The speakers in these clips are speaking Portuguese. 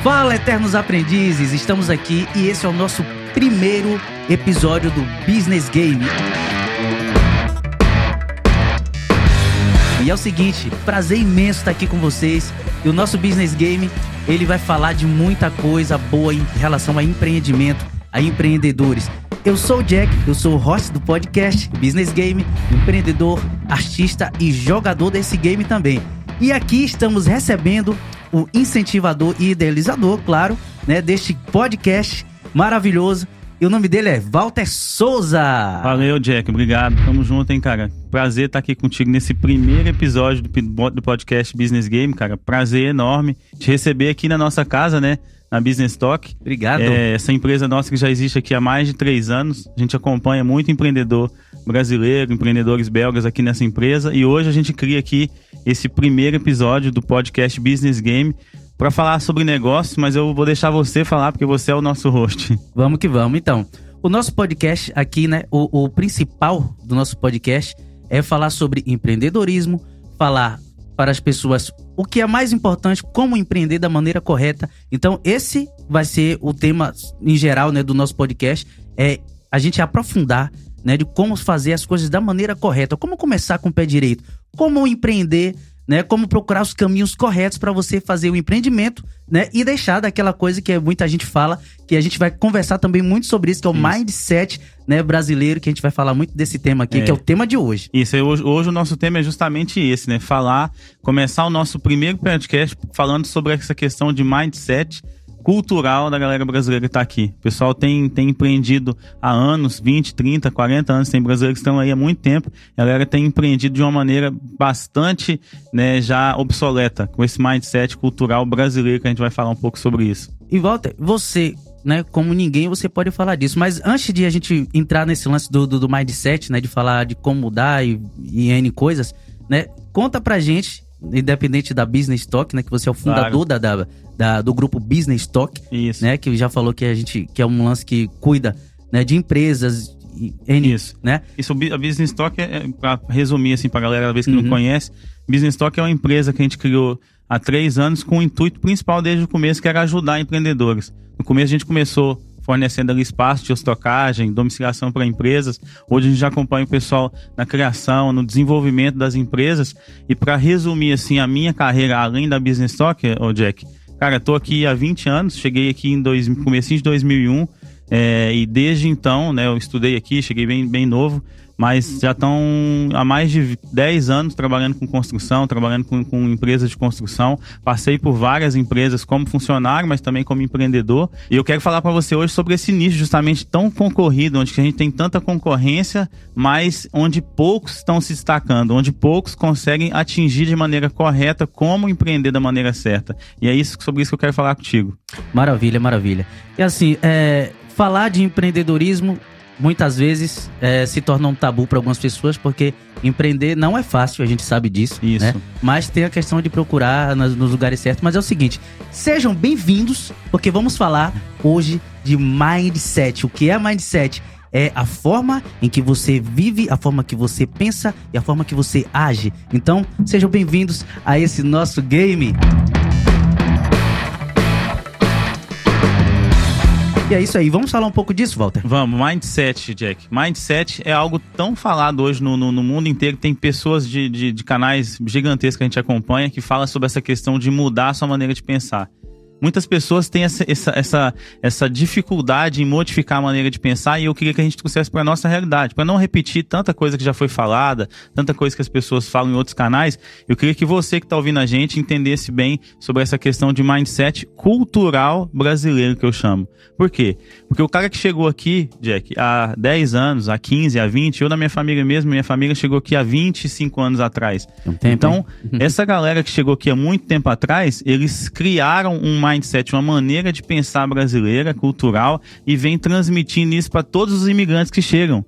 Fala, eternos aprendizes! Estamos aqui e esse é o nosso primeiro episódio do Business Game. E é o seguinte, prazer imenso estar aqui com vocês. E o nosso Business Game, ele vai falar de muita coisa boa em relação a empreendimento, a empreendedores. Eu sou o Jack, eu sou o host do podcast Business Game, empreendedor, artista e jogador desse game também. E aqui estamos recebendo o incentivador e idealizador, claro, né, deste podcast maravilhoso. E o nome dele é Walter Souza. Valeu, Jack. Obrigado. Tamo junto, hein, cara. Prazer estar aqui contigo nesse primeiro episódio do podcast Business Game, cara. Prazer enorme te receber aqui na nossa casa, né? Na Business Talk. Obrigado. Essa empresa nossa que já existe aqui há mais de 3 anos. A gente acompanha muito empreendedor brasileiro, empreendedores belgas aqui nessa empresa. E hoje a gente cria aqui esse primeiro episódio do podcast Business Game para falar sobre negócios, mas eu vou deixar você falar porque você é o nosso host. Vamos que vamos. Então, o nosso podcast aqui, né, o principal do nosso podcast é falar sobre empreendedorismo, falar para as pessoas o que é mais importante, como empreender da maneira correta. Então, esse vai ser o tema em geral, né, do nosso podcast, é a gente aprofundar, né, de como fazer as coisas da maneira correta, como começar com o pé direito, como empreender, né, como procurar os caminhos corretos para você fazer o empreendimento, né, e deixar daquela coisa que muita gente fala, que a gente vai conversar também muito sobre isso, que é o mindset, né, brasileiro, que a gente vai falar muito desse tema aqui, que é o tema de hoje. Isso, hoje o nosso tema é justamente esse, né, começar o nosso primeiro podcast falando sobre essa questão de mindset cultural da galera brasileira que tá aqui. O pessoal tem empreendido há anos, 20, 30, 40 anos, tem brasileiros que estão aí há muito tempo, a galera tem empreendido de uma maneira bastante, né, já obsoleta, com esse mindset cultural brasileiro, que a gente vai falar um pouco sobre isso. E Walter, você, né, como ninguém, você pode falar disso, mas antes de a gente entrar nesse lance do mindset, né, de falar de como mudar e N coisas, né, conta pra gente, independente da Business Talk, né, que você é o fundador, claro, do grupo Business Talk, isso, né, que já falou que que é um lance que cuida, né, de empresas, isso, né? Isso, a Business Talk pra resumir assim pra galera, às vezes que não conhece, Business Talk é uma empresa que a gente criou há 3 anos com o intuito principal desde o começo, que era ajudar empreendedores. No começo a gente começou fornecendo ali espaço de estocagem, domiciliação para empresas. Hoje a gente já acompanha o pessoal na criação, no desenvolvimento das empresas. E para resumir assim a minha carreira além da Business Talk, Jack, cara, tô aqui há 20 anos, cheguei aqui comecinho de 2001, e desde então, né, eu estudei aqui, cheguei bem novo, mas já estão há mais de 10 anos trabalhando com construção, trabalhando com empresas de construção. Passei por várias empresas como funcionário, mas também como empreendedor. E eu quero falar para você hoje sobre esse nicho justamente tão concorrido, onde a gente tem tanta concorrência, mas onde poucos estão se destacando, onde poucos conseguem atingir de maneira correta como empreender da maneira certa. E é sobre isso que eu quero falar contigo. Maravilha, maravilha. E assim, falar de empreendedorismo muitas vezes se torna um tabu para algumas pessoas, porque empreender não é fácil, a gente sabe disso, isso, né? Mas tem a questão de procurar nos lugares certos. Mas é o seguinte, sejam bem-vindos, porque vamos falar hoje de mindset. O que é mindset? É a forma em que você vive, a forma que você pensa e a forma que você age. Então, sejam bem-vindos a esse nosso game. E é isso aí, vamos falar um pouco disso, Walter? Vamos, mindset, Jack. Mindset é algo tão falado hoje no mundo inteiro. Tem pessoas de canais gigantescos que a gente acompanha que falam sobre essa questão de mudar a sua maneira de pensar. Muitas pessoas têm essa dificuldade em modificar a maneira de pensar, e eu queria que a gente trouxesse para a nossa realidade. Para não repetir tanta coisa que já foi falada, tanta coisa que as pessoas falam em outros canais, eu queria que você que está ouvindo a gente entendesse bem sobre essa questão de mindset cultural brasileiro, que eu chamo. Por quê? Porque o cara que chegou aqui, Jack, há 10 anos, há 15, há 20, eu na minha família mesmo, minha família chegou aqui há 25 anos atrás. Então, essa galera que chegou aqui há muito tempo atrás, eles criaram um mindset, uma maneira de pensar brasileira, cultural, e vem transmitindo isso para todos os imigrantes que chegam.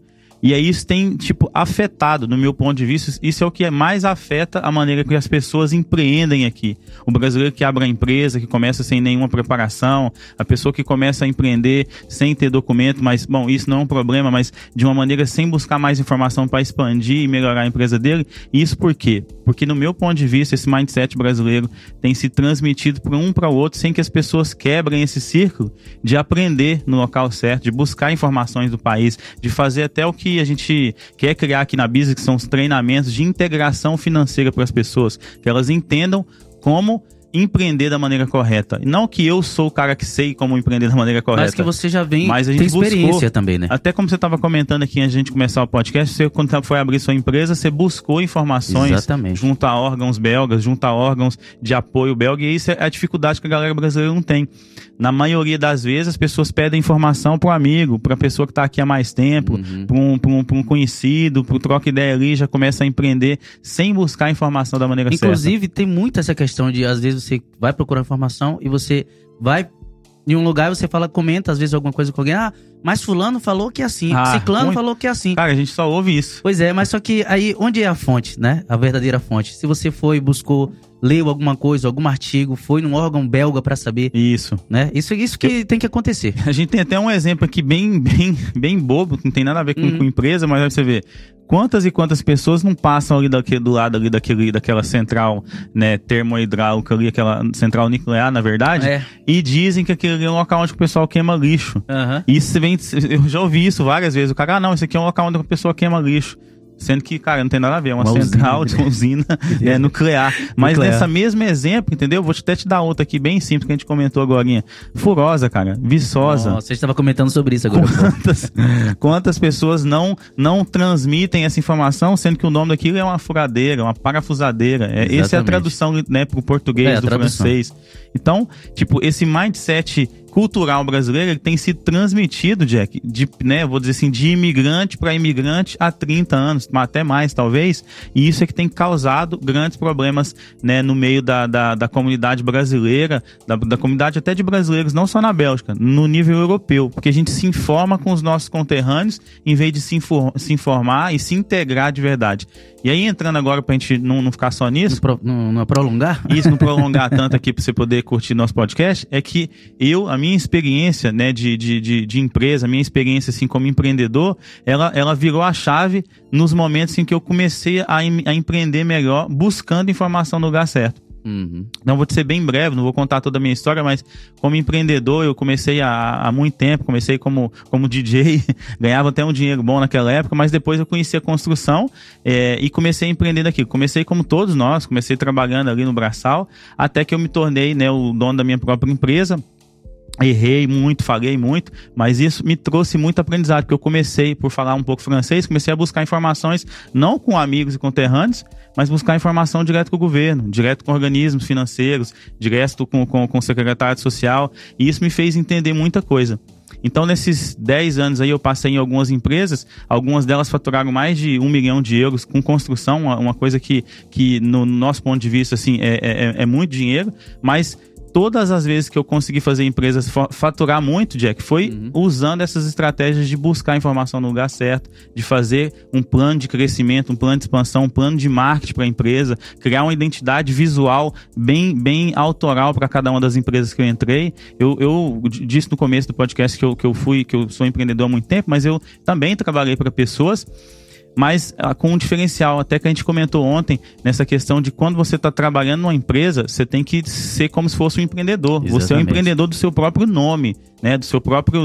E aí isso tem, tipo, afetado, no meu ponto de vista, isso é o que mais afeta a maneira que as pessoas empreendem aqui. O brasileiro que abre a empresa, que começa sem nenhuma preparação, a pessoa que começa a empreender sem ter documento, mas, bom, isso não é um problema, mas de uma maneira sem buscar mais informação para expandir e melhorar a empresa dele. E isso por quê? Porque, no meu ponto de vista, esse mindset brasileiro tem se transmitido para um para o outro sem que as pessoas quebrem esse círculo de aprender no local certo, de buscar informações do país, de fazer até o que a gente quer criar aqui na Business, que são os treinamentos de integração financeira para as pessoas, que elas entendam como empreender da maneira correta. Não que eu sou o cara que sei como empreender da maneira correta. Mas que você já vem, mas a gente tem experiência buscou, também, né? Até como você estava comentando aqui antes de a gente começar o podcast, você, quando foi abrir sua empresa, você buscou informações. Exatamente. Junto a órgãos belgas, junto a órgãos de apoio belga, e isso é a dificuldade que a galera brasileira não tem. Na maioria das vezes, as pessoas pedem informação para um amigo, para a pessoa que está aqui há mais tempo, para um conhecido, para troca ideia ali, já começa a empreender sem buscar a informação da maneira certa. Inclusive, tem muito essa questão de, às vezes, você vai procurar informação e você vai em um lugar e você fala, comenta às vezes alguma coisa com alguém, mas fulano falou que é assim, ciclano falou que é assim. Cara, a gente só ouve isso. Pois é, mas só que aí, onde é a fonte, né? A verdadeira fonte. Se você foi, buscou, leu alguma coisa, algum artigo, foi num órgão belga pra saber. Isso. Né? Isso que tem que acontecer. A gente tem até um exemplo aqui bem bobo, que não tem nada a ver com empresa, mas aí você vê quantas e quantas pessoas não passam ali do lado ali daquela central, né, termohidráulica ali, aquela central nuclear, na verdade, e dizem que aquele ali é um local onde o pessoal queima lixo. Isso eu já ouvi isso várias vezes. O cara, não, isso aqui é um local onde a pessoa queima lixo. Sendo que, cara, não tem nada a ver, é uma central de usina nuclear. Mas nessa mesma exemplo, entendeu? Vou até te dar outra aqui, bem simples, que a gente comentou agora. Furosa, cara, Viçosa. Nossa, você estava comentando sobre isso agora. Quantas pessoas não transmitem essa informação, sendo que o nome daquilo é uma furadeira, uma parafusadeira. Essa é a tradução, né, pro português do francês. Então, tipo, esse mindset cultural brasileiro, ele tem sido transmitido, Jack, vou dizer assim, de imigrante para imigrante há 30 anos, até mais talvez, e isso é que tem causado grandes problemas, né, no meio da comunidade brasileira, da comunidade até de brasileiros, não só na Bélgica, no nível europeu, porque a gente se informa com os nossos conterrâneos em vez de se informar e se integrar de verdade. E aí, entrando agora pra gente não ficar só nisso... Não prolongar? Isso, não prolongar tanto aqui pra você poder curtir nosso podcast, é que a minha experiência, né, de empresa, a minha experiência, assim, como empreendedor, ela virou a chave nos momentos em que eu comecei a empreender melhor, buscando informação no lugar certo. Não vou ser bem breve, não vou contar toda a minha história, mas como empreendedor eu comecei há muito tempo, comecei como DJ, ganhava até um dinheiro bom naquela época, mas depois eu conheci a construção e comecei a empreender daquilo. Comecei como todos nós, comecei trabalhando ali no braçal, até que eu me tornei, né, o dono da minha própria empresa. Errei muito, falhei muito, mas isso me trouxe muito aprendizado, porque eu comecei, por falar um pouco francês, comecei a buscar informações, não com amigos e conterrâneos, mas buscar informação direto com o governo, direto com organismos financeiros, direto com o secretariado social, e isso me fez entender muita coisa. Então, nesses 10 anos aí, eu passei em algumas empresas, algumas delas faturaram mais de 1 milhão de euros com construção, uma coisa que no nosso ponto de vista, assim, é muito dinheiro, mas todas as vezes que eu consegui fazer empresas faturar muito, Jack, foi usando essas estratégias de buscar informação no lugar certo, de fazer um plano de crescimento, um plano de expansão, um plano de marketing para a empresa, criar uma identidade visual bem autoral para cada uma das empresas que eu entrei. Eu disse no começo do podcast que eu sou empreendedor há muito tempo, mas eu também trabalhei para pessoas, mas com um diferencial, até que a gente comentou ontem, nessa questão de quando você está trabalhando numa empresa, você tem que ser como se fosse um empreendedor. Exatamente. Você é um empreendedor do seu próprio nome, né? Da sua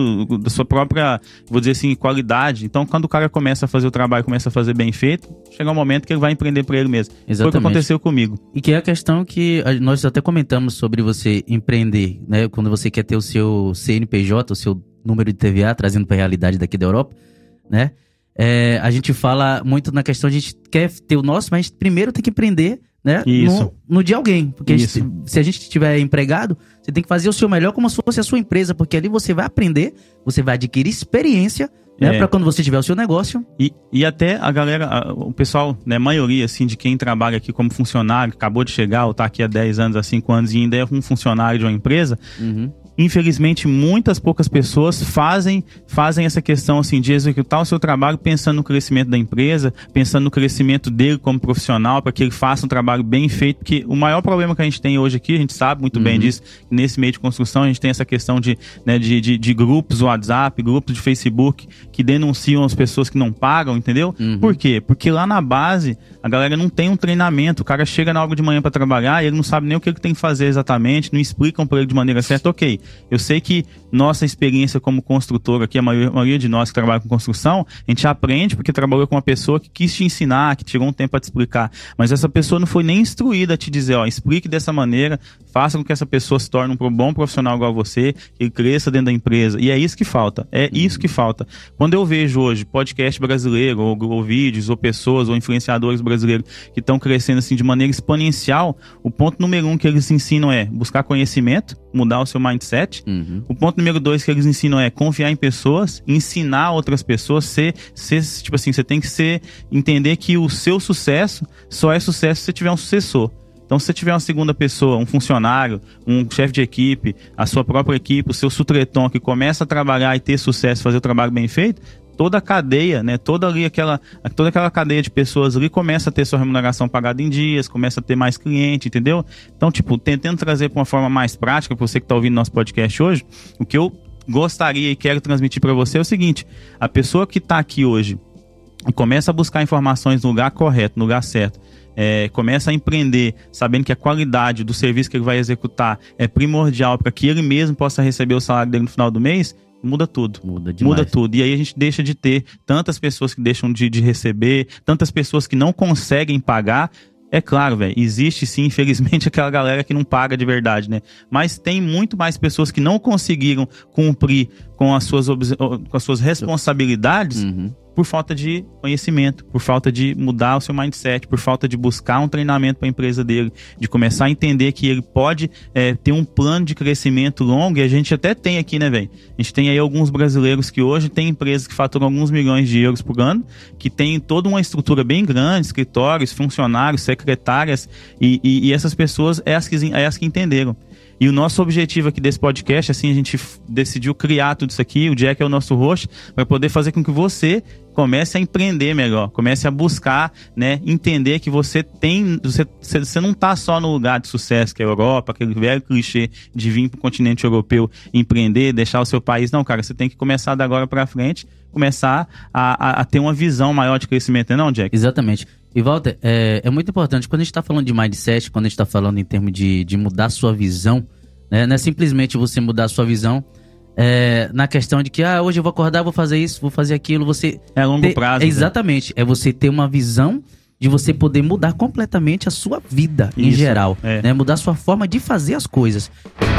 própria, vou dizer assim, qualidade. Então, quando o cara começa a fazer o trabalho, começa a fazer bem feito, chega um momento que ele vai empreender por ele mesmo. Exatamente. Foi o que aconteceu comigo. E que é a questão que nós até comentamos sobre você empreender, né? Quando você quer ter o seu CNPJ, o seu número de TVA, trazendo para a realidade daqui da Europa, né? A gente fala muito na questão de a gente quer ter o nosso, mas primeiro tem que empreender, né, no de alguém. Porque se a gente estiver empregado, você tem que fazer o seu melhor como se fosse a sua empresa, porque ali você vai aprender, você vai adquirir experiência, né, para quando você tiver o seu negócio. E até a galera, o pessoal, né, a maioria assim, de quem trabalha aqui como funcionário, acabou de chegar ou tá aqui há 10 anos, há 5 anos e ainda é um funcionário de uma empresa, infelizmente, muitas poucas pessoas fazem essa questão assim, de executar o seu trabalho pensando no crescimento da empresa, pensando no crescimento dele como profissional, para que ele faça um trabalho bem feito, porque o maior problema que a gente tem hoje aqui, a gente sabe muito bem disso, nesse meio de construção, a gente tem essa questão de grupos WhatsApp, grupos de Facebook, que denunciam as pessoas que não pagam, entendeu? Por quê? Porque lá na base, a galera não tem um treinamento, o cara chega na hora de manhã para trabalhar e ele não sabe nem o que ele tem que fazer exatamente, não explicam para ele de maneira certa. Ok, eu sei que nossa experiência como construtor aqui, a maioria de nós que trabalha com construção, a gente aprende porque trabalhou com uma pessoa que quis te ensinar, que tirou um tempo para te explicar, mas essa pessoa não foi nem instruída a te dizer, ó, explique dessa maneira, faça com que essa pessoa se torne um bom profissional igual a você, que ele cresça dentro da empresa, e é isso que falta, Quando eu vejo hoje podcast brasileiro, ou vídeos, ou pessoas, ou influenciadores brasileiros que estão crescendo assim de maneira exponencial, o ponto número 1 que eles ensinam é buscar conhecimento, mudar o seu mindset. O ponto número 2 que eles ensinam é confiar em pessoas, ensinar outras pessoas, tipo assim, você tem que entender que o seu sucesso só é sucesso se você tiver um sucessor. Então, se você tiver uma segunda pessoa, um funcionário, um chefe de equipe, a sua própria equipe, o seu sutreton que começa a trabalhar e ter sucesso, fazer o trabalho bem feito, toda a cadeia, né, toda aquela cadeia de pessoas ali começa a ter sua remuneração pagada em dias, começa a ter mais cliente, entendeu? Então, tipo, tentando trazer para uma forma mais prática, para você que está ouvindo nosso podcast hoje, o que eu gostaria e quero transmitir para você é o seguinte: a pessoa que está aqui hoje e começa a buscar informações no lugar correto, no lugar certo, começa a empreender sabendo que a qualidade do serviço que ele vai executar é primordial para que ele mesmo possa receber o salário dele no final do mês, muda tudo. Muda tudo. E aí a gente deixa de ter tantas pessoas que deixam de receber, tantas pessoas que não conseguem pagar. É claro, velho, existe sim, infelizmente, aquela galera que não paga de verdade, né? Mas tem muito mais pessoas que não conseguiram cumprir com as suas responsabilidades por falta de conhecimento, por falta de mudar o seu mindset, por falta de buscar um treinamento para a empresa dele, de começar a entender que ele pode ter um plano de crescimento longo, e a gente até tem aqui, né, velho? A gente tem aí alguns brasileiros que hoje tem empresas que faturam alguns milhões de euros por ano, que tem toda uma estrutura bem grande, escritórios, funcionários, secretárias, e essas pessoas é as que entenderam. E o nosso objetivo aqui desse podcast, assim, a gente decidiu criar tudo isso aqui, o Jack é o nosso host, para poder fazer com que você comece a empreender melhor, comece a buscar, né, entender que você não tá só no lugar de sucesso, que é a Europa, aquele velho clichê de vir pro continente europeu, empreender, deixar o seu país. Não, cara, você tem que começar da agora para frente, começar a ter uma visão maior de crescimento, não, Jack? Exatamente. E Walter, é muito importante, quando a gente está falando de mindset, quando a gente está falando em termos de mudar a sua visão, né, não é simplesmente você mudar a sua visão na questão de que hoje eu vou acordar, vou fazer isso, vou fazer aquilo, você... É a longo prazo. Exatamente, é você ter uma visão de você poder mudar completamente a sua vida em geral, né, mudar a sua forma de fazer as coisas.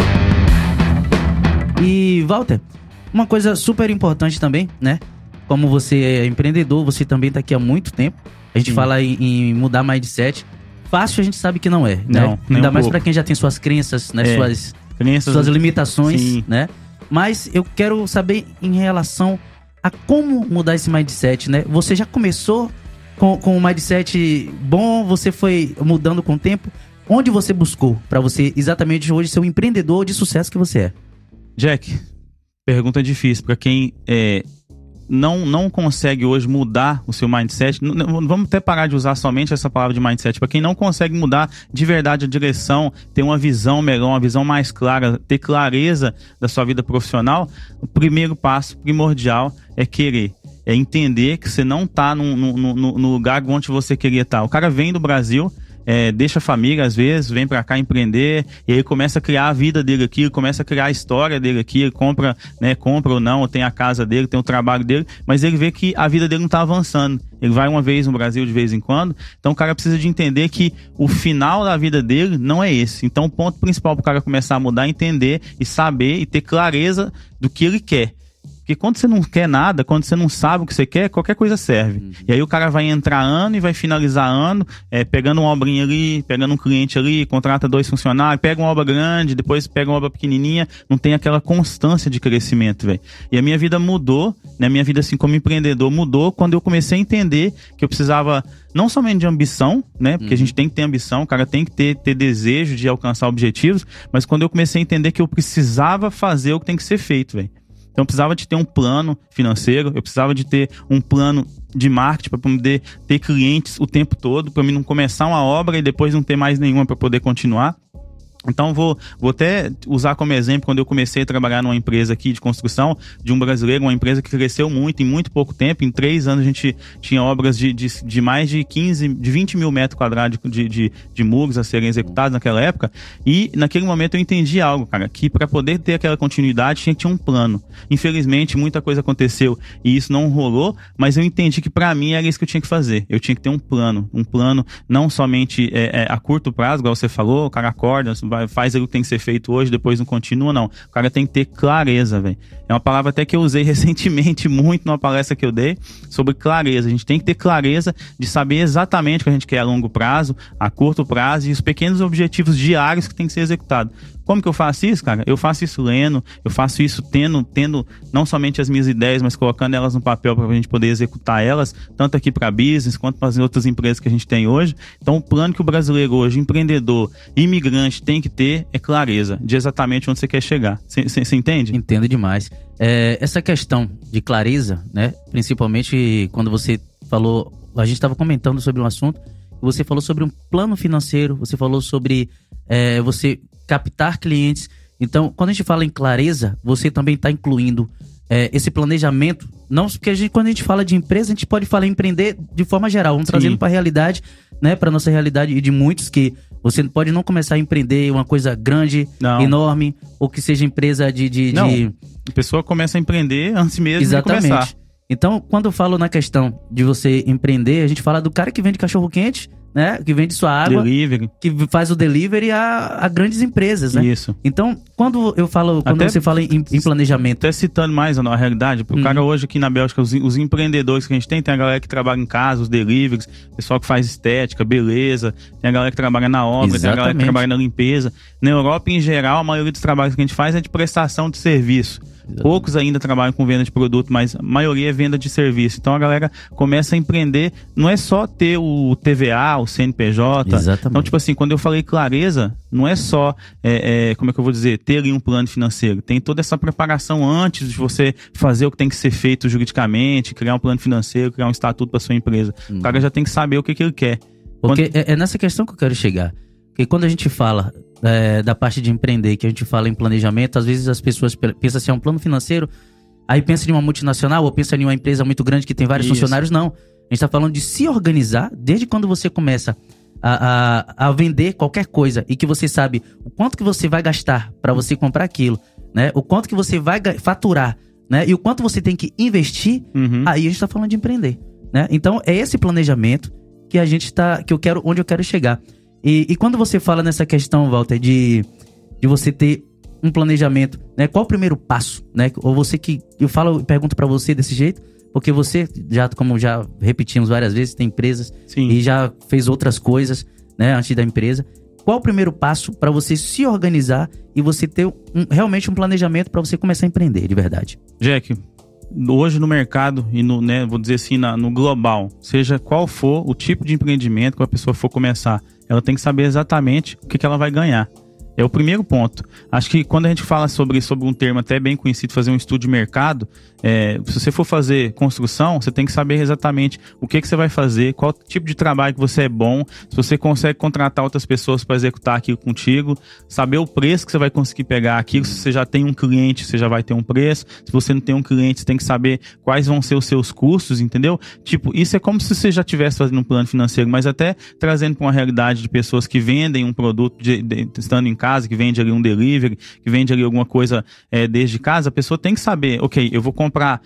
E Walter, uma coisa super importante também, né, como você é empreendedor, você também está aqui há muito tempo. A gente fala em mudar mindset. Fácil a gente sabe que não é, né? Ainda mais pra quem já tem suas crenças, né? Suas limitações, né? Mas eu quero saber em relação a como mudar esse mindset, né? Você já começou com um mindset bom, você foi mudando com o tempo. Onde você buscou pra você exatamente hoje ser o empreendedor de sucesso que você é? Jack, pergunta difícil pra quem não consegue hoje mudar o seu mindset. Vamos até parar de usar somente essa palavra de mindset. Para quem não consegue mudar de verdade a direção, ter uma visão melhor, uma visão mais clara, ter clareza da sua vida profissional, o primeiro passo primordial é querer. É entender que você não está no lugar onde você queria estar. O cara vem do Brasil, deixa a família às vezes, vem pra cá empreender, e aí começa a criar a vida dele aqui, começa a criar a história dele aqui, ele compra ou não, ou tem a casa dele, tem o trabalho dele, mas ele vê que a vida dele não tá avançando. Ele vai uma vez no Brasil de vez em quando, então o cara precisa de entender que o final da vida dele não é esse. Então o ponto principal pro cara começar a mudar é entender e saber e ter clareza do que ele quer. Porque quando você não quer nada, quando você não sabe o que você quer, qualquer coisa serve. E aí o cara vai entrar ano e vai finalizar ano, pegando uma obrinha ali, pegando um cliente ali, contrata 2 funcionários, pega uma obra grande, depois pega uma obra pequenininha, não tem aquela constância de crescimento, velho. E a minha vida mudou, né? Minha vida assim como empreendedor mudou quando eu comecei a entender que eu precisava não somente de ambição, né? Porque a gente tem que ter ambição, o cara tem que ter desejo de alcançar objetivos, mas quando eu comecei a entender que eu precisava fazer o que tem que ser feito, velho. Então eu precisava de ter um plano financeiro, eu precisava de ter um plano de marketing para poder ter clientes o tempo todo, para mim não começar uma obra e depois não ter mais nenhuma para poder continuar. Então vou até usar como exemplo quando eu comecei a trabalhar numa empresa aqui de construção de um brasileiro, uma empresa que cresceu muito em muito pouco tempo. Em 3 anos a gente tinha obras de mais de 20 mil metros quadrados de muros a serem executados naquela época. E naquele momento eu entendi algo, cara, que para poder ter aquela continuidade tinha que ter um plano. Infelizmente muita coisa aconteceu e isso não rolou, mas eu entendi que para mim era isso que eu tinha que fazer. Eu tinha que ter um plano não somente a curto prazo, igual você falou, o cara acorda, faz o que tem que ser feito hoje, depois não continua, não. O cara tem que ter clareza, velho. É uma palavra até que eu usei recentemente muito numa palestra que eu dei sobre clareza. A gente tem que ter clareza de saber exatamente o que a gente quer a longo prazo, a curto prazo e os pequenos objetivos diários que tem que ser executado. Como que eu faço isso, cara? Eu faço isso lendo, eu faço isso tendo não somente as minhas ideias, mas colocando elas no papel para a gente poder executar elas, tanto aqui para business quanto para as outras empresas que a gente tem hoje. Então, o plano que o brasileiro hoje, empreendedor, imigrante, tem que ter é clareza de exatamente onde você quer chegar. Você entende? Entendo demais. Essa questão de clareza, né? Principalmente quando você falou, a gente estava comentando sobre um assunto, você falou sobre um plano financeiro, você falou sobre você captar clientes. Então, quando a gente fala em clareza, você também está incluindo esse planejamento. Não, porque quando a gente fala de empresa, a gente pode falar em empreender de forma geral. Vamos trazendo para a realidade, né? Para nossa realidade e de muitos que você pode não começar a empreender uma coisa grande, enorme, ou que seja empresa A pessoa começa a empreender antes mesmo de começar. Então, quando eu falo na questão de você empreender, a gente fala do cara que vende cachorro-quente, né? Que vende sua água, delivery, que faz o delivery a grandes empresas, né? Isso. Então, quando você fala em planejamento... Até citando mais a realidade, o cara hoje aqui na Bélgica, os empreendedores que a gente tem a galera que trabalha em casa, os deliveries, pessoal que faz estética, beleza, tem a galera que trabalha na obra, tem a galera que trabalha na limpeza. Na Europa, em geral, a maioria dos trabalhos que a gente faz é de prestação de serviço. Poucos ainda trabalham com venda de produto, mas a maioria é venda de serviço. Então a galera começa a empreender, não é só ter o TVA, o CNPJ. Exatamente. Então, tipo assim, quando eu falei clareza, não é só, como é que eu vou dizer, ter ali um plano financeiro. Tem toda essa preparação antes de você fazer o que tem que ser feito juridicamente, criar um plano financeiro, criar um estatuto para sua empresa. O cara já tem que saber o que ele quer. Porque é nessa questão que eu quero chegar. Porque quando a gente fala da parte de empreender, que a gente fala em planejamento, às vezes as pessoas pensam assim, é um plano financeiro, aí pensa em uma multinacional ou pensa em uma empresa muito grande que tem vários funcionários. Não, a gente está falando de se organizar desde quando você começa a vender qualquer coisa e que você sabe o quanto que você vai gastar para você comprar aquilo, né? O quanto que você vai faturar, né? E o quanto você tem que investir, aí a gente está falando de empreender, né? Então é esse planejamento que a gente onde eu quero chegar. E quando você fala nessa questão, Walter, de você ter um planejamento, né? Qual o primeiro passo, né? Ou você que... Eu pergunto pra você desse jeito, porque você, como já repetimos várias vezes, tem empresas e já fez outras coisas, né? Antes da empresa. Qual o primeiro passo pra você se organizar e você ter realmente um planejamento pra você começar a empreender, de verdade? Jack, hoje no mercado e vou dizer assim, no global, seja qual for o tipo de empreendimento que a pessoa for começar, ela tem que saber exatamente o que ela vai ganhar. É o primeiro ponto. Acho que quando a gente fala sobre um termo até bem conhecido, fazer um estudo de mercado, se você for fazer construção, você tem que saber exatamente o que você vai fazer, qual tipo de trabalho que você é bom, se você consegue contratar outras pessoas para executar aquilo contigo, saber o preço que você vai conseguir pegar aquilo. Se você já tem um cliente, você já vai ter um preço. Se você não tem um cliente, você tem que saber quais vão ser os seus custos, entendeu? Tipo, isso é como se você já estivesse fazendo um plano financeiro, mas até trazendo para uma realidade de pessoas que vendem um produto estando em casa, que vende ali um delivery, que vende ali alguma coisa desde casa, a pessoa tem que saber, ok, eu vou comprar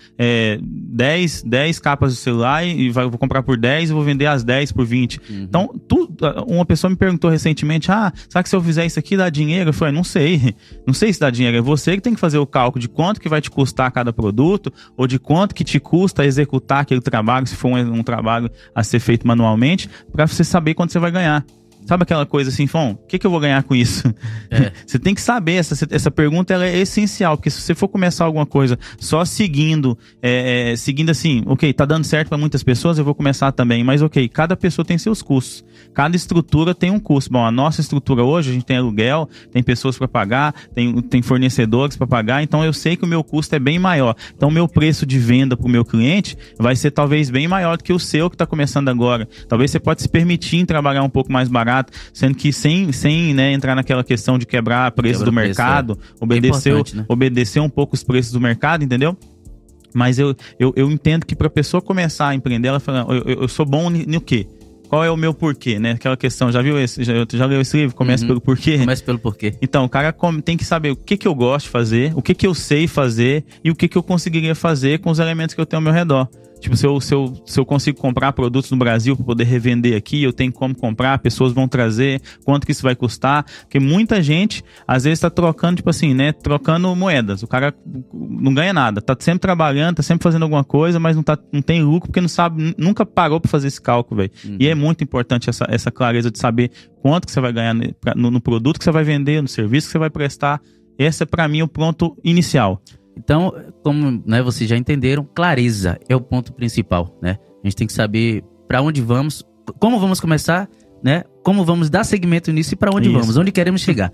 10 capas de celular e vou comprar por 10 e vou vender as 10 por 20. Então, uma pessoa me perguntou recentemente, será que se eu fizer isso aqui dá dinheiro? Eu falei, não sei se dá dinheiro, é você que tem que fazer o cálculo de quanto que vai te custar cada produto, ou de quanto que te custa executar aquele trabalho, se for um trabalho a ser feito manualmente, para você saber quanto você vai ganhar. Sabe aquela coisa assim, Fon, o que eu vou ganhar com isso? Você tem que saber, essa pergunta ela é essencial, porque se você for começar alguma coisa só seguindo assim, ok, tá dando certo para muitas pessoas, eu vou começar também, mas ok, cada pessoa tem seus custos, cada estrutura tem um custo. Bom, a nossa estrutura hoje, a gente tem aluguel, tem pessoas para pagar, tem fornecedores para pagar, então eu sei que o meu custo é bem maior. Então o meu preço de venda para o meu cliente vai ser talvez bem maior do que o seu que está começando agora. Talvez você pode se permitir em trabalhar um pouco mais barato, sendo que sem entrar naquela questão de quebrar preço do mercado, obedecer um pouco os preços do mercado, entendeu? Mas eu entendo que para a pessoa começar a empreender, ela fala, eu sou bom no quê? Qual é o meu porquê, né? Aquela questão, já leu esse livro? Começa pelo porquê? Começa pelo porquê. Então, o cara tem que saber o que eu gosto de fazer, o que eu sei fazer e o que eu conseguiria fazer com os elementos que eu tenho ao meu redor. Tipo, se eu consigo comprar produtos no Brasil para poder revender aqui, eu tenho como comprar, pessoas vão trazer, quanto que isso vai custar, porque muita gente, às vezes, tá trocando, tipo assim, né, trocando moedas, o cara não ganha nada, tá sempre trabalhando, tá sempre fazendo alguma coisa, mas não tem lucro, porque não sabe, nunca parou para fazer esse cálculo, velho. E é muito importante essa clareza de saber quanto que você vai ganhar no produto que você vai vender, no serviço que você vai prestar. Esse é, para mim, o ponto inicial. Então, como vocês já entenderam, clareza é o ponto principal, né? A gente tem que saber para onde vamos, como vamos começar, né? Como vamos dar seguimento nisso e para onde vamos, onde queremos chegar.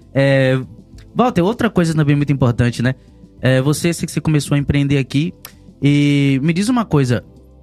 Walter, outra coisa também muito importante, né? Você começou a empreender aqui e me diz uma coisa,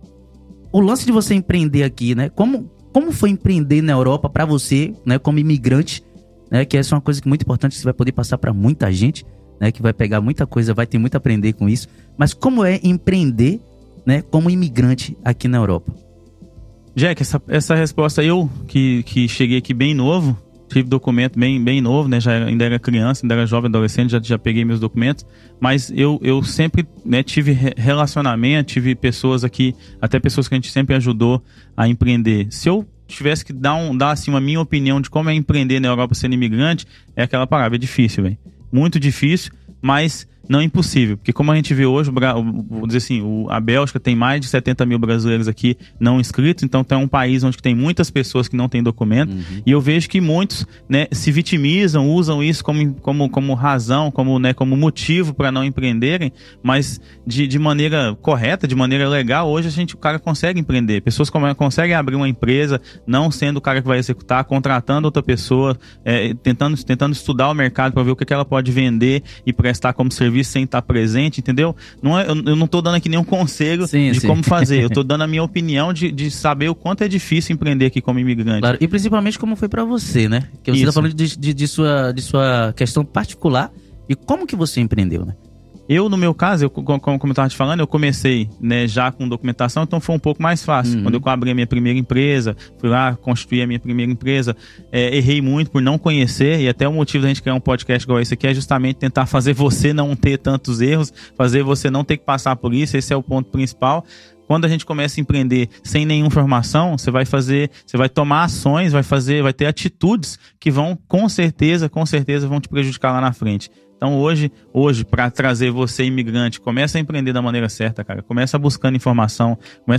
o lance de você empreender aqui, né? Como foi empreender na Europa para você, né? Como imigrante, né? Que essa é uma coisa muito importante que você vai poder passar para muita gente, né, que vai pegar muita coisa, vai ter muito a aprender com isso. Mas como é empreender, né, como imigrante aqui na Europa? Jack, essa resposta, eu que cheguei aqui bem novo, tive documento bem novo, né, ainda era criança, ainda era jovem, adolescente, já peguei meus documentos, mas eu sempre, né, tive relacionamento, tive pessoas aqui, até pessoas que a gente sempre ajudou a empreender. Se eu tivesse que dar assim, uma minha opinião de como é empreender na Europa sendo imigrante, é aquela palavra, é difícil, velho. Muito difícil, mas não impossível, porque como a gente vê hoje, vou dizer assim, a Bélgica tem mais de 70 mil brasileiros aqui não inscritos, então é um país onde tem muitas pessoas que não têm documento, e eu vejo que muitos, né, se vitimizam, usam isso como razão, como motivo para não empreenderem, mas de maneira correta, de maneira legal, hoje o cara consegue empreender, pessoas conseguem abrir uma empresa, não sendo o cara que vai executar, contratando outra pessoa, tentando estudar o mercado para ver o que ela pode vender e prestar como serviço sem estar presente, entendeu? Eu não tô dando aqui nenhum conselho como fazer, eu tô dando a minha opinião de saber o quanto é difícil empreender aqui como imigrante. Claro, e principalmente como foi pra você, né? Que você tá falando de sua questão particular e como que você empreendeu, né? Eu, no meu caso, como eu estava te falando, eu comecei, né, já com documentação, então foi um pouco mais fácil. Quando eu abri a minha primeira empresa, fui lá constituir a minha primeira empresa, errei muito por não conhecer, e até o motivo da gente criar um podcast igual esse aqui é justamente tentar fazer você não ter tantos erros, fazer você não ter que passar por isso, esse é o ponto principal. Quando a gente começa a empreender sem nenhuma formação, você vai tomar ações, vai ter atitudes que vão, com certeza, vão te prejudicar lá na frente. Então hoje para trazer você, imigrante, começa a empreender da maneira certa, cara. Começa buscando informação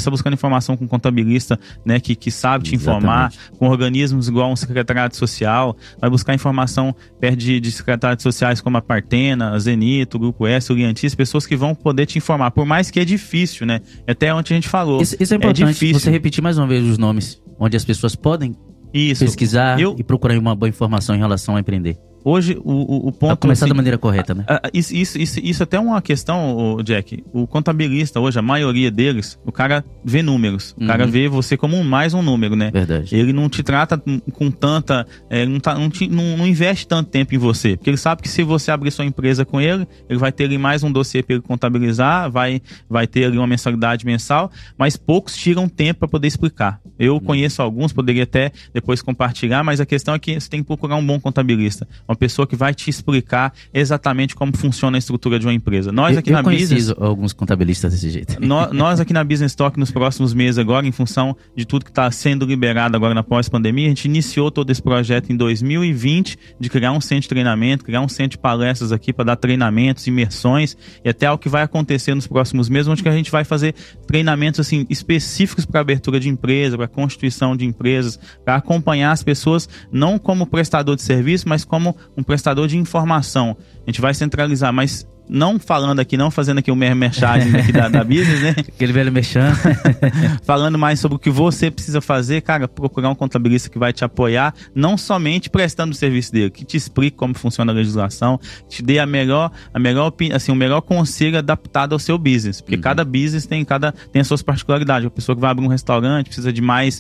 com contabilista, né, que sabe te informar, com organismos igual um secretariado social, vai buscar informação perto de secretariados sociais como a Partena, a Zenito, o Grupo S, o Liantis, pessoas que vão poder te informar, por mais que é difícil, né? Até onde a gente falou. Isso é importante, você repetir mais uma vez os nomes, onde as pessoas podem pesquisar e procurar uma boa informação em relação a empreender. Hoje, o ponto... Pra começar da maneira correta, né? Isso até é uma questão, Jack. O contabilista hoje, a maioria deles, o cara vê números. O cara vê você como mais um número, né? Verdade. Ele não te trata com tanta... não investe tanto tempo em você. Porque ele sabe que se você abrir sua empresa com ele vai ter ali mais um dossiê para ele contabilizar, vai ter ali uma mensalidade mensal, mas poucos tiram tempo para poder explicar. Eu conheço alguns, poderia até depois compartilhar, mas a questão é que você tem que procurar um bom contabilista. uma pessoa que vai te explicar exatamente como funciona a estrutura de uma empresa. Nós aqui eu na conheci Business, alguns contabilistas desse jeito. nós aqui na Business Talk, nos próximos meses agora, em função de tudo que está sendo liberado agora na pós-pandemia, a gente iniciou todo esse projeto em 2020 de criar um centro de treinamento, criar um centro de palestras aqui para dar treinamentos, imersões e até o que vai acontecer nos próximos meses, onde que a gente vai fazer treinamentos assim, específicos para abertura de empresa, para constituição de empresas, para acompanhar as pessoas não como prestador de serviço, mas como um prestador de informação. A gente vai centralizar, mas não falando aqui, não fazendo aqui o merchandising aqui da Business, né? Aquele velho merchan. Falando mais sobre o que você precisa fazer, cara, procurar um contabilista que vai te apoiar, não somente prestando o serviço dele, que te explique como funciona a legislação, te dê a melhor assim, o melhor conselho adaptado ao seu business, porque cada business tem as suas particularidades. A pessoa que vai abrir um restaurante precisa de mais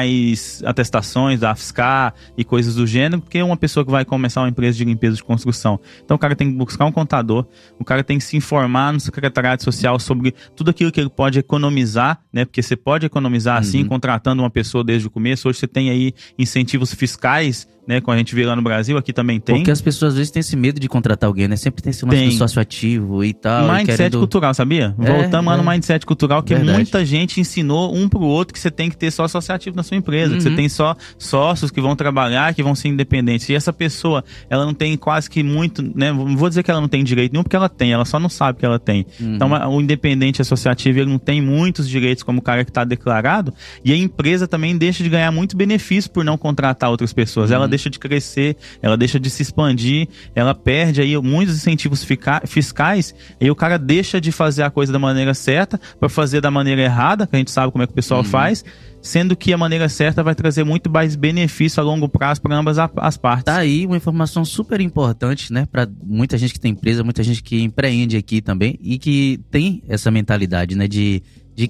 atestações da AFSCar e coisas do gênero, porque uma pessoa que vai começar uma empresa de limpeza de construção. Então o cara tem que buscar um contador, o cara tem que se informar no secretariado social sobre tudo aquilo que ele pode economizar, né? Porque você pode economizar assim, contratando uma pessoa desde o começo. Hoje você tem aí incentivos fiscais, né? Como a gente vê lá no Brasil, aqui também tem. Porque as pessoas às vezes têm esse medo de contratar alguém, né? Sempre tem esse lance do sócio ativo e tal. Mindset cultural, sabia? Voltamos lá no mindset cultural, que muita gente ensinou um pro outro que você tem que ter só sócio ativo na sua empresa, que você tem só sócios que vão trabalhar, que vão ser independentes. E essa pessoa, ela não tem quase que muito, né? Não vou dizer que ela não tem direito nenhum, porque ela tem, ela só não sabe que ela tem. Então, o independente associativo, ele não tem muitos direitos como o cara que está declarado, e a empresa também deixa de ganhar muito benefício por não contratar outras pessoas. Ela deixa de crescer, ela deixa de se expandir, ela perde aí muitos incentivos fiscais, e o cara deixa de fazer a coisa da maneira certa para fazer da maneira errada, que a gente sabe como é que o pessoal faz, sendo que a maneira certa vai trazer muito mais benefício a longo prazo para ambas as partes. Tá aí uma informação super importante, né, para muita gente que tem empresa, muita gente que empreende aqui também e que tem essa mentalidade, né, de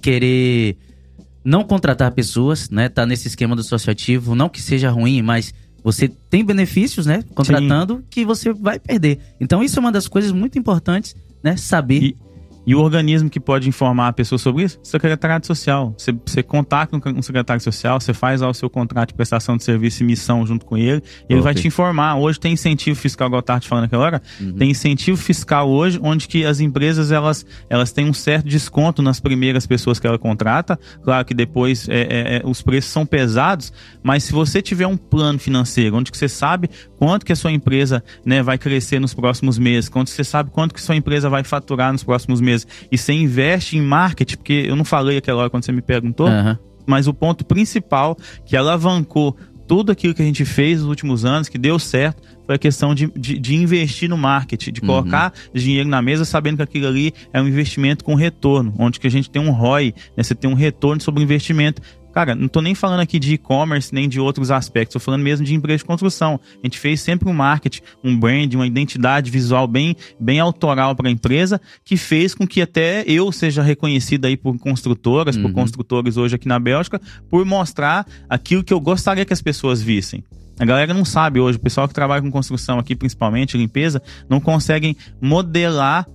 querer não contratar pessoas, né, tá nesse esquema do sócio ativo, não que seja ruim, mas você tem benefícios, né, contratando, que você vai perder. Então isso é uma das coisas muito importantes, né, saber. E o organismo que pode informar a pessoa sobre isso? Secretariado Social. Você contacta um secretário social, você faz lá o seu contrato de prestação de serviço e missão junto com ele, e ele vai te informar. Hoje tem incentivo fiscal, igual eu estava te falando naquela hora, tem incentivo fiscal hoje, onde que as empresas, elas têm um certo desconto nas primeiras pessoas que ela contrata. Claro que depois os preços são pesados, mas se você tiver um plano financeiro, onde que você sabe quanto que a sua empresa, né, vai crescer nos próximos meses, onde você sabe quanto que a sua empresa vai faturar nos próximos meses, e você investe em marketing, porque eu não falei aquela hora quando você me perguntou, mas o ponto principal que alavancou tudo aquilo que a gente fez nos últimos anos, que deu certo, foi a questão de investir no marketing, de colocar dinheiro na mesa, sabendo que aquilo ali é um investimento com retorno, onde que a gente tem um ROI, né, você tem um retorno sobre o investimento. Cara, não tô nem falando aqui de e-commerce, nem de outros aspectos, tô falando mesmo de empresa de construção. A gente fez sempre um marketing, um brand, uma identidade visual bem autoral para a empresa, que fez com que até eu seja reconhecido aí por construtoras, por construtores hoje aqui na Bélgica, por mostrar aquilo que eu gostaria que as pessoas vissem. A galera não sabe hoje, o pessoal que trabalha com construção aqui, principalmente limpeza, não conseguem modelar,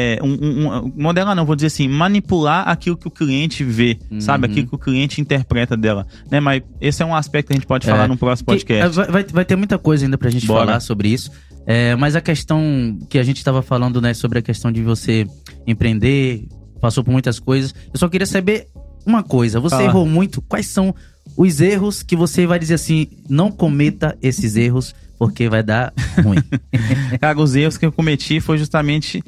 vou dizer assim, manipular aquilo que o cliente vê, sabe? Aquilo que o cliente interpreta dela, né? Mas esse é um aspecto que a gente pode falar no próximo podcast. Vai ter muita coisa ainda pra gente falar sobre isso. Mas a questão que a gente estava falando, né, sobre a questão de você empreender, passou por muitas coisas. Eu só queria saber uma coisa. Você errou muito. Quais são os erros que você vai dizer assim, não cometa esses erros, porque vai dar ruim? Cara, os erros que eu cometi foi justamente,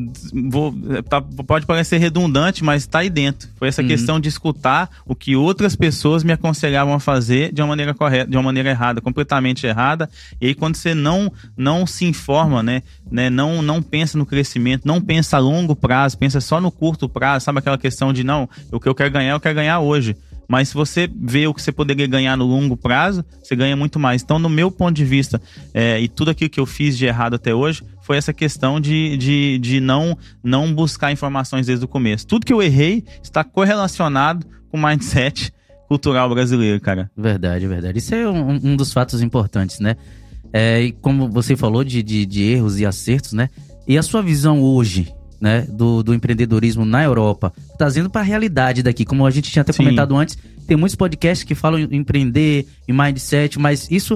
pode parecer redundante, mas tá aí dentro. Foi essa questão de escutar o que outras pessoas me aconselhavam a fazer de uma maneira correta, de uma maneira errada, completamente errada. E aí quando você não se informa, né, não pensa no crescimento, não pensa a longo prazo, pensa só no curto prazo, sabe aquela questão de não, o que eu quero ganhar hoje. Mas se você vê o que você poderia ganhar no longo prazo, você ganha muito mais. Então, no meu ponto de vista, e tudo aquilo que eu fiz de errado até hoje, foi essa questão de não buscar informações desde o começo. Tudo que eu errei está correlacionado com o mindset cultural brasileiro, cara. Verdade. Isso é um dos fatos importantes, né? E como você falou de erros e acertos, né? E a sua visão hoje, né, do empreendedorismo na Europa, trazendo para a realidade daqui, como a gente tinha até comentado antes, tem muitos podcasts que falam em empreender, em mindset, mas isso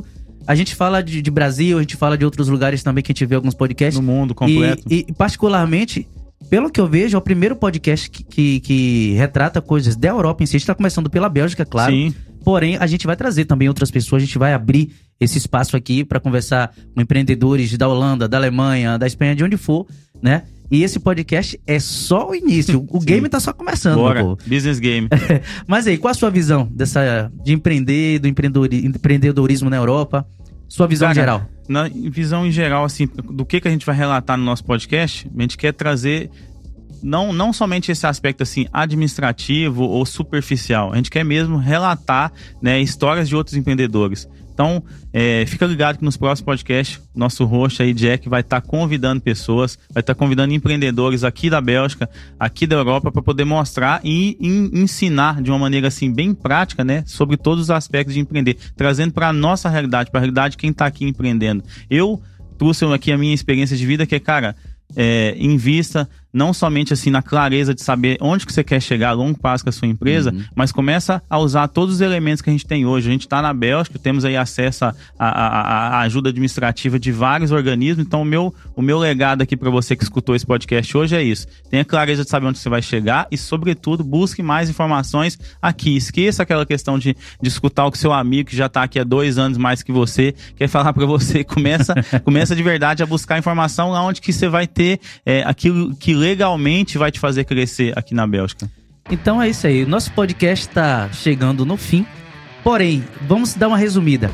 a gente fala de Brasil, a gente fala de outros lugares também que a gente vê alguns podcasts. No mundo completo. E particularmente, pelo que eu vejo, é o primeiro podcast que retrata coisas da Europa em si. A gente tá começando pela Bélgica, claro. Sim. Porém, a gente vai trazer também outras pessoas. A gente vai abrir esse espaço aqui para conversar com empreendedores da Holanda, da Alemanha, da Espanha, de onde for, né? E esse podcast é só o início. O game tá só começando. Bora, business game. Mas aí, qual a sua visão de empreender, do empreendedorismo na Europa? Sua visão geral. Na visão em geral, assim, do que a gente vai relatar no nosso podcast, a gente quer trazer não somente esse aspecto assim administrativo ou superficial, a gente quer mesmo relatar, né, histórias de outros empreendedores. Então, fica ligado que nos próximos podcasts, nosso host aí, Jack, vai estar convidando pessoas, vai estar convidando empreendedores aqui da Bélgica, aqui da Europa, para poder mostrar e ensinar de uma maneira assim bem prática, né, sobre todos os aspectos de empreender, trazendo para a nossa realidade, para a realidade de quem está aqui empreendendo. Eu trouxe aqui a minha experiência de vida, que é, cara, invista não somente assim na clareza de saber onde que você quer chegar a longo prazo com a sua empresa, mas começa a usar todos os elementos que a gente tem hoje. A gente está na Bélgica, temos aí acesso à ajuda administrativa de vários organismos. Então o meu legado aqui para você que escutou esse podcast hoje é isso: tenha clareza de saber onde você vai chegar e, sobretudo, busque mais informações aqui. Esqueça aquela questão de escutar o que seu amigo que já está aqui há 2 anos mais que você quer falar para você. Começa de verdade a buscar informação onde que você vai ter aquilo que legalmente vai te fazer crescer aqui na Bélgica. Então é isso aí. Nosso podcast está chegando no fim. Porém, vamos dar uma resumida.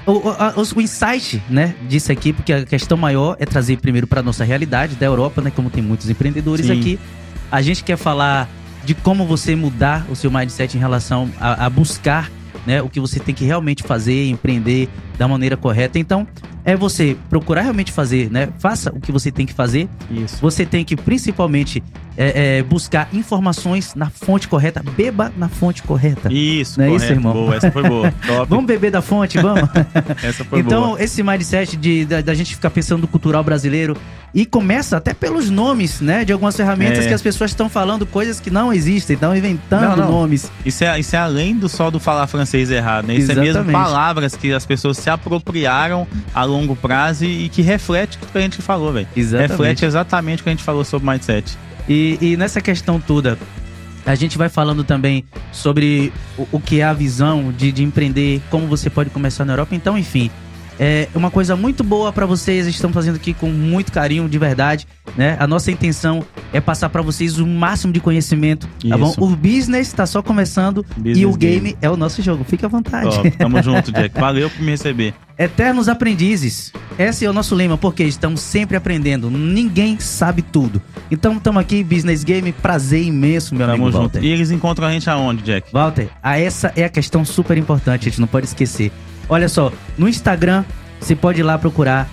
O insight, né, disso aqui, porque a questão maior é trazer primeiro para nossa realidade da Europa, né, como tem muitos empreendedores aqui. A gente quer falar de como você mudar o seu mindset em relação a buscar, né, o que você tem que realmente fazer, empreender da maneira correta. Então, é você procurar realmente fazer, né? Faça o que você tem que fazer. Isso. Você tem que, principalmente, buscar informações na fonte correta. Beba na fonte correta. Isso, não é correto. Isso, irmão? Boa, essa foi boa. Top. Vamos beber da fonte, vamos? Essa foi então, boa. Esse mindset da gente ficar pensando no cultural brasileiro, e começa até pelos nomes, né? De algumas ferramentas que as pessoas estão falando coisas que não existem, estão inventando nomes. Isso é além do falar francês errado, né? Isso Exatamente. é mesmo palavras que as pessoas se apropriaram a longo prazo e que reflete o que a gente falou, velho. Reflete exatamente o que a gente falou sobre mindset. E nessa questão toda, a gente vai falando também sobre o que é a visão de empreender, como você pode começar na Europa. Então, enfim, é uma coisa muito boa pra vocês. Estamos fazendo aqui com muito carinho, de verdade, né? A nossa intenção é passar pra vocês o máximo de conhecimento, tá bom? O business tá só começando e o game é o nosso jogo. Fique à vontade. Top. Tamo junto, Jack. Valeu por me receber. Eternos aprendizes. Esse é o nosso lema, porque estamos sempre aprendendo. Ninguém sabe tudo. Então, estamos aqui, Business Game. Prazer imenso, meu amigo Walter. E eles encontram a gente aonde, Jack? Walter, essa é a questão super importante, a gente não pode esquecer. Olha só, no Instagram, você pode ir lá procurar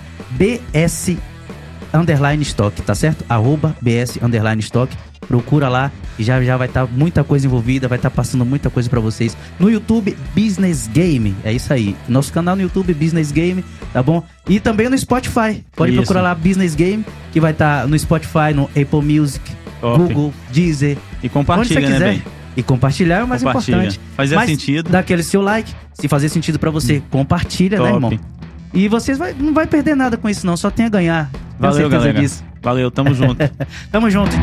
BS_Stock, tá certo? @BS_Stock. Procura lá e já vai estar muita coisa envolvida, vai estar passando muita coisa pra vocês. No YouTube, Business Game, é isso aí. Nosso canal no YouTube, Business Game, tá bom? E também no Spotify, pode procurar lá Business Game, que vai estar no Spotify, no Apple Music, Google, Deezer. E compartilha, onde você quiser. Né, e compartilhar é o mais importante. Fazer sentido. Dá aquele seu like, se fazer sentido pra você, compartilha, né, irmão? E vocês não vai perder nada com isso não, só tem a ganhar. Valeu, galera. Disso. Valeu, tamo junto. Tamo junto.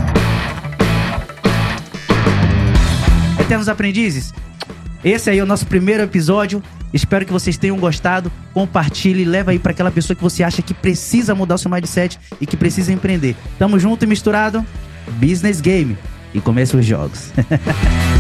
Eternos aprendizes, esse aí é o nosso primeiro episódio. Espero que vocês tenham gostado. Compartilhe, leva aí pra aquela pessoa que você acha que precisa mudar o seu mindset e que precisa empreender. Tamo junto e misturado. Business Game. E começa os jogos.